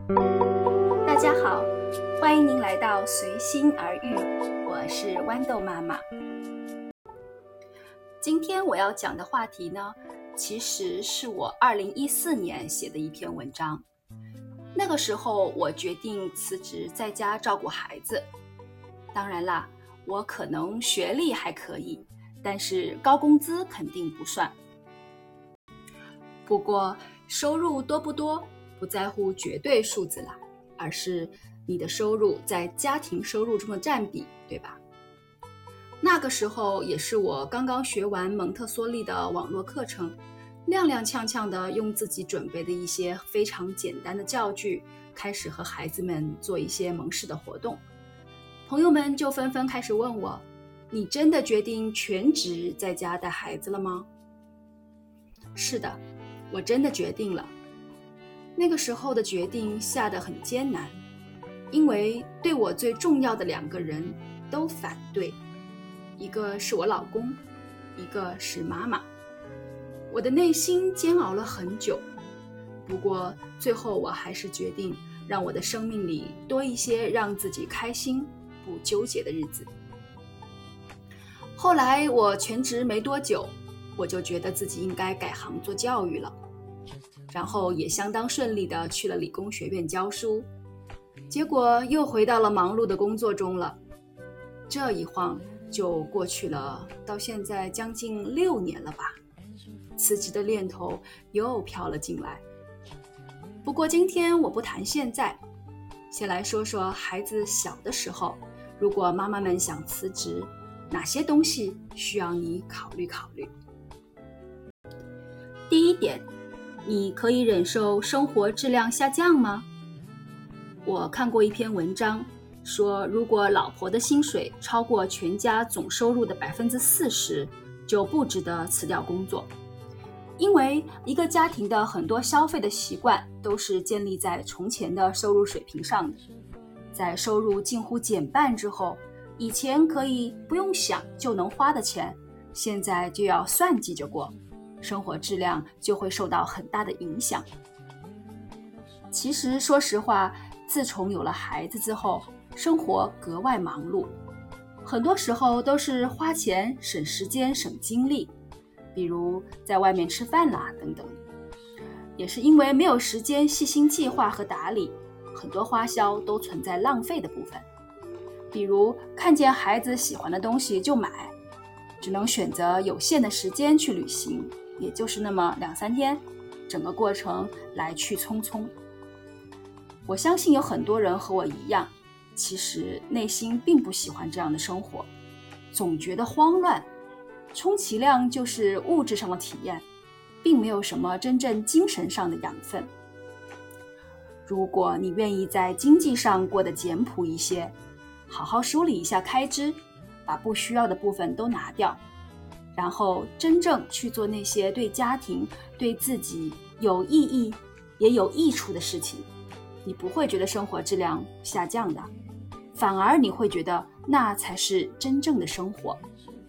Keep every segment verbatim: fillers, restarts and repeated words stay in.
大家好，欢迎您来到随心而遇，我是豌豆妈妈。今天我要讲的话题呢，其实是我二零一四年写的一篇文章。那个时候我决定辞职在家照顾孩子。当然啦，我可能学历还可以，但是高工资肯定不算。不过收入多不多不在乎绝对数字啦，而是你的收入在家庭收入中的占比，对吧？那个时候也是我刚刚学完蒙特梭利的网络课程，踉踉跄跄的用自己准备的一些非常简单的教具，开始和孩子们做一些蒙氏的活动。朋友们就纷纷开始问我，你真的决定全职在家带孩子了吗？是的，我真的决定了。那个时候的决定下得很艰难，因为对我最重要的两个人都反对，一个是我老公，一个是妈妈。我的内心煎熬了很久，不过最后我还是决定让我的生命里多一些让自己开心不纠结的日子。后来我全职没多久，我就觉得自己应该改行做教育了，然后也相当顺利地去了理工学院教书，结果又回到了忙碌的工作中了。这一晃就过去了，到现在将近六年了吧。辞职的念头又飘了进来。不过今天我不谈现在，先来说说孩子小的时候，如果妈妈们想辞职，哪些东西需要你考虑考虑。第一点，你可以忍受生活质量下降吗？我看过一篇文章，说如果老婆的薪水超过全家总收入的 百分之四十， 就不值得辞掉工作。因为一个家庭的很多消费的习惯都是建立在从前的收入水平上的，在收入近乎减半之后，以前可以不用想就能花的钱，现在就要算计着过，生活质量就会受到很大的影响。其实说实话，自从有了孩子之后，生活格外忙碌，很多时候都是花钱省时间省精力，比如在外面吃饭啦等等。也是因为没有时间细心计划和打理，很多花销都存在浪费的部分。比如看见孩子喜欢的东西就买，只能选择有限的时间去旅行，也就是那么两三天，整个过程来去匆匆。我相信有很多人和我一样，其实内心并不喜欢这样的生活，总觉得慌乱，充其量就是物质上的体验，并没有什么真正精神上的养分。如果你愿意在经济上过得简朴一些，好好梳理一下开支，把不需要的部分都拿掉，然后真正去做那些对家庭对自己有意义也有益处的事情，你不会觉得生活质量下降的，反而你会觉得那才是真正的生活。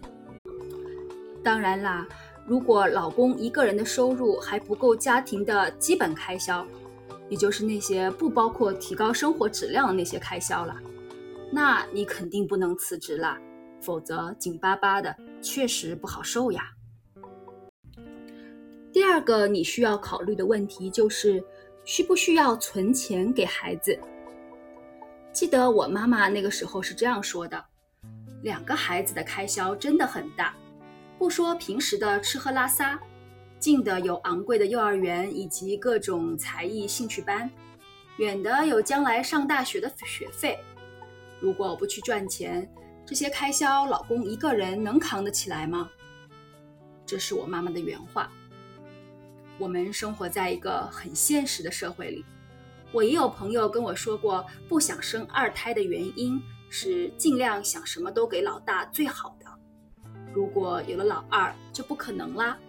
当然啦，如果老公一个人的收入还不够家庭的基本开销，也就是那些不包括提高生活质量的那些开销了，那你肯定不能辞职啦，否则紧巴巴的确实不好受呀。第二个你需要考虑的问题就是需不需要存钱给孩子。记得我妈妈那个时候是这样说的，两个孩子的开销真的很大，不说平时的吃喝拉撒，近的有昂贵的幼儿园以及各种才艺兴趣班，远的有将来上大学的学费。如果我不去赚钱，这些开销老公一个人能扛得起来吗？这是我妈妈的原话。我们生活在一个很现实的社会里，我也有朋友跟我说过，不想生二胎的原因是尽量想什么都给老大最好的，如果有了老二就不可能啦。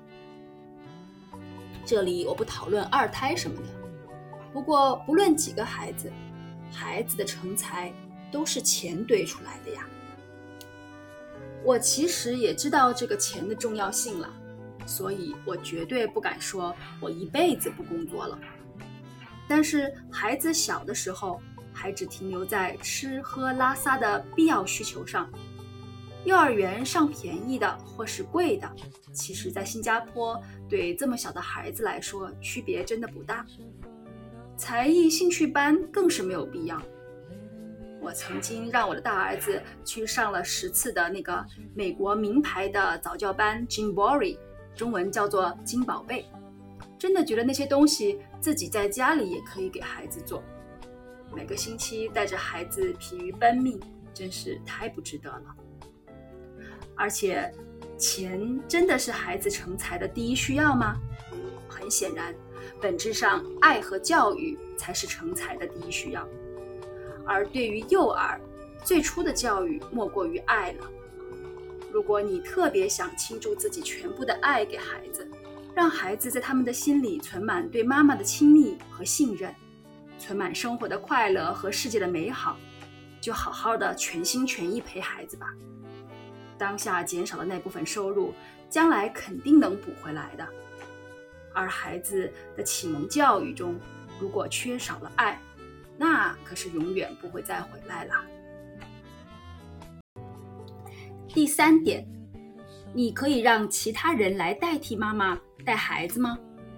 这里我不讨论二胎什么的，不过不论几个孩子，孩子的成才都是钱堆出来的呀。我其实也知道这个钱的重要性了，所以我绝对不敢说我一辈子不工作了。 但是孩子小的时候还只停留在吃喝拉撒的必要需求上。幼儿园上便宜的或是贵的，其实在新加坡对这么小的孩子来说区别真的不大。才艺兴趣班更是没有必要。我曾经让我的大儿子去上了十次的那个美国名牌的早教班 Gymboree， 中文叫做金宝贝，真的觉得那些东西自己在家里也可以给孩子做。每个星期带着孩子疲于奔命，真是太不值得了。而且钱真的是孩子成才的第一需要吗？很显然，本质上爱和教育才是成才的第一需要。而对于幼儿，最初的教育莫过于爱了。如果你特别想倾注自己全部的爱给孩子，让孩子在他们的心里存满对妈妈的亲密和信任，存满生活的快乐和世界的美好，就好好的全心全意陪孩子吧。当下减少的那部分收入，将来肯定能补回来的。而孩子的启蒙教育中，如果缺少了爱，那可是永远不会再回来了。第三点，你可以让其他人来代替妈妈带孩子吗？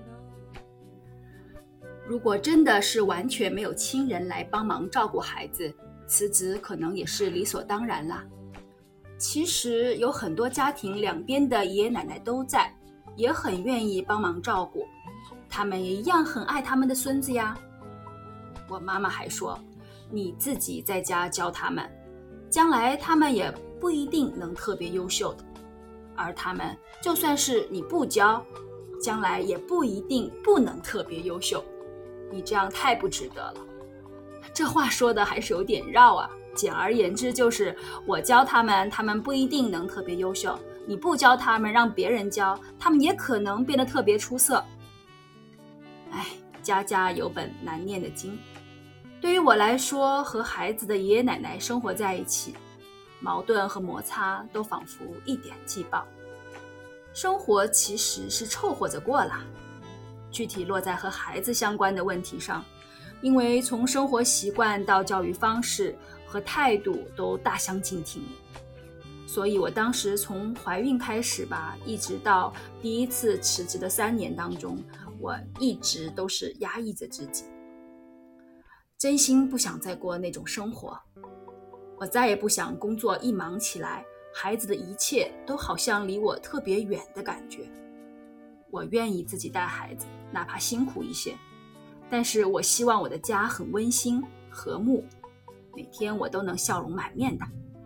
如果真的是完全没有亲人来帮忙照顾孩子，辞职可能也是理所当然啦。其实有很多家庭两边的爷爷奶奶都在，也很愿意帮忙照顾，他们也一样很爱他们的孙子呀。我妈妈还说，你自己在家教他们，将来他们也不一定能特别优秀的，而他们就算是你不教，将来也不一定不能特别优秀，你这样太不值得了。这话说的还是有点绕啊，简而言之就是我教他们，他们不一定能特别优秀，你不教他们，让别人教，他们也可能变得特别出色。哎，家家有本难念的经。对于我来说，和孩子的爷爷奶奶生活在一起，矛盾和摩擦都仿佛一点即爆。生活其实是凑合着过啦，具体落在和孩子相关的问题上，因为从生活习惯到教育方式和态度都大相径庭，所以我当时从怀孕开始吧，一直到第一次辞职的三年当中，我一直都是压抑着自己，真心不想再过那种生活。我再也不想工作一忙起来，孩子的一切都好像离我特别远的感觉。我愿意自己带孩子，哪怕辛苦一些，但是我希望我的家很温馨和睦，每天我都能笑容满面的。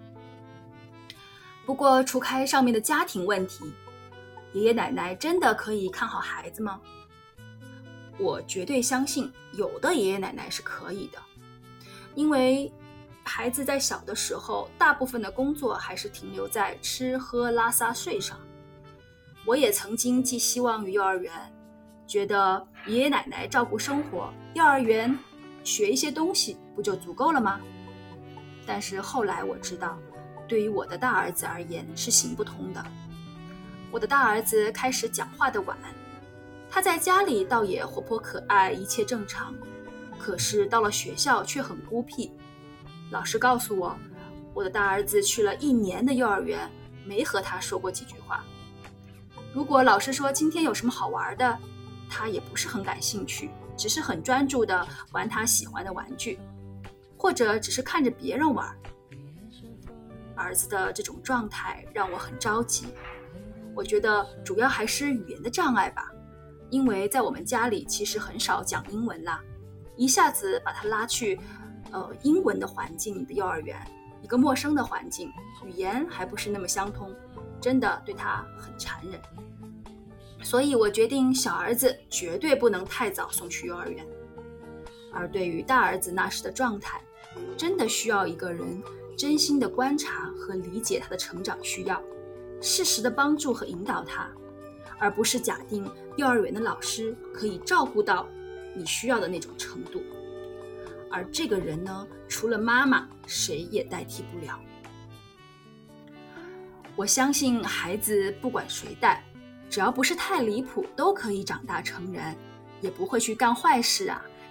不过除开上面的家庭问题，爷爷奶奶真的可以看好孩子吗？我绝对相信有的爷爷奶奶是可以的，因为孩子在小的时候，大部分的工作还是停留在吃喝拉撒睡上。我也曾经寄希望于幼儿园，觉得爷爷奶奶照顾生活，幼儿园学一些东西不就足够了吗？但是后来我知道，对于我的大儿子而言是行不通的。我的大儿子开始讲话的晚，他在家里倒也活泼可爱，一切正常，可是到了学校却很孤僻。老师告诉我，我的大儿子去了一年的幼儿园，没和他说过几句话。如果老师说今天有什么好玩的，他也不是很感兴趣，只是很专注地玩他喜欢的玩具，或者只是看着别人玩。儿子的这种状态让我很着急，我觉得主要还是语言的障碍吧，因为在我们家里其实很少讲英文啦，一下子把他拉去呃英文的环境的幼儿园，一个陌生的环境，语言还不是那么相通，真的对他很残忍。所以我决定小儿子绝对不能太早送去幼儿园。而对于大儿子那时的状态，真的需要一个人真心的观察和理解他的成长需要，适时的帮助和引导他，而不是假定幼儿园的老师可以照顾到你需要的那种程度。而这个人呢，除了妈妈，谁也代替不了。我相信孩子不管谁带，只要不是太离谱，都可以长大成人，也不会去干坏事啊，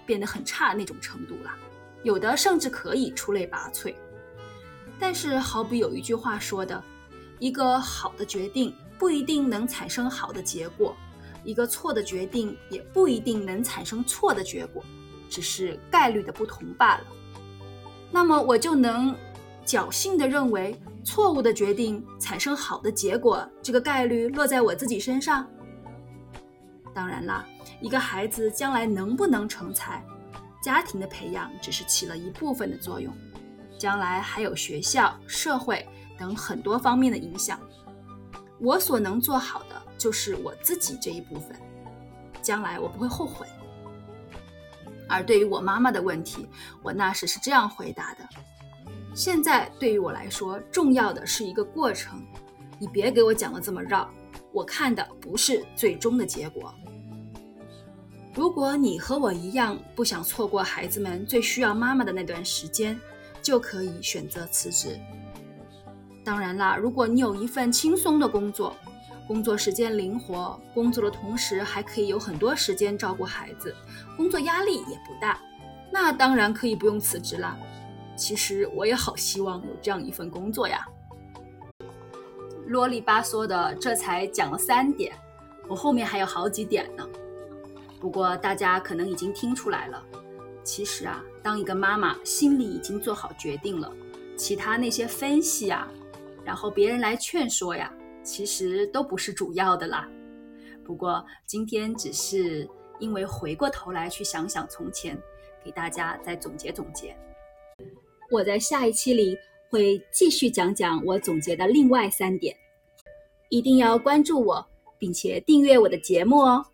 变得很差那种程度了，有的甚至可以出类拔萃。但是好比有一句话说的，一个好的决定不一定能产生好的结果，一个错的决定也不一定能产生错的结果，只是概率的不同罢了。那么我就能侥幸地认为，错误的决定产生好的结果，这个概率落在我自己身上？当然啦，一个孩子将来能不能成才，家庭的培养只是起了一部分的作用，将来还有学校、社会等很多方面的影响。我所能做好的就是我自己这一部分，将来我不会后悔。而对于我妈妈的问题，我那时是这样回答的：现在对于我来说，重要的是一个过程，你别给我讲得这么绕，我看的不是最终的结果。如果你和我一样不想错过孩子们最需要妈妈的那段时间，就可以选择辞职。当然啦，如果你有一份轻松的工作，工作时间灵活，工作的同时还可以有很多时间照顾孩子，工作压力也不大，那当然可以不用辞职啦。其实我也好希望有这样一份工作呀。啰里吧嗦的，这才讲了三点，我后面还有好几点呢。不过大家可能已经听出来了，其实啊，当一个妈妈心里已经做好决定了，其他那些分析啊，然后别人来劝说呀，其实都不是主要的啦。不过今天只是因为回过头来去想想从前，给大家再总结总结。我在下一期里会继续讲讲我总结的另外三点，一定要关注我，并且订阅我的节目哦。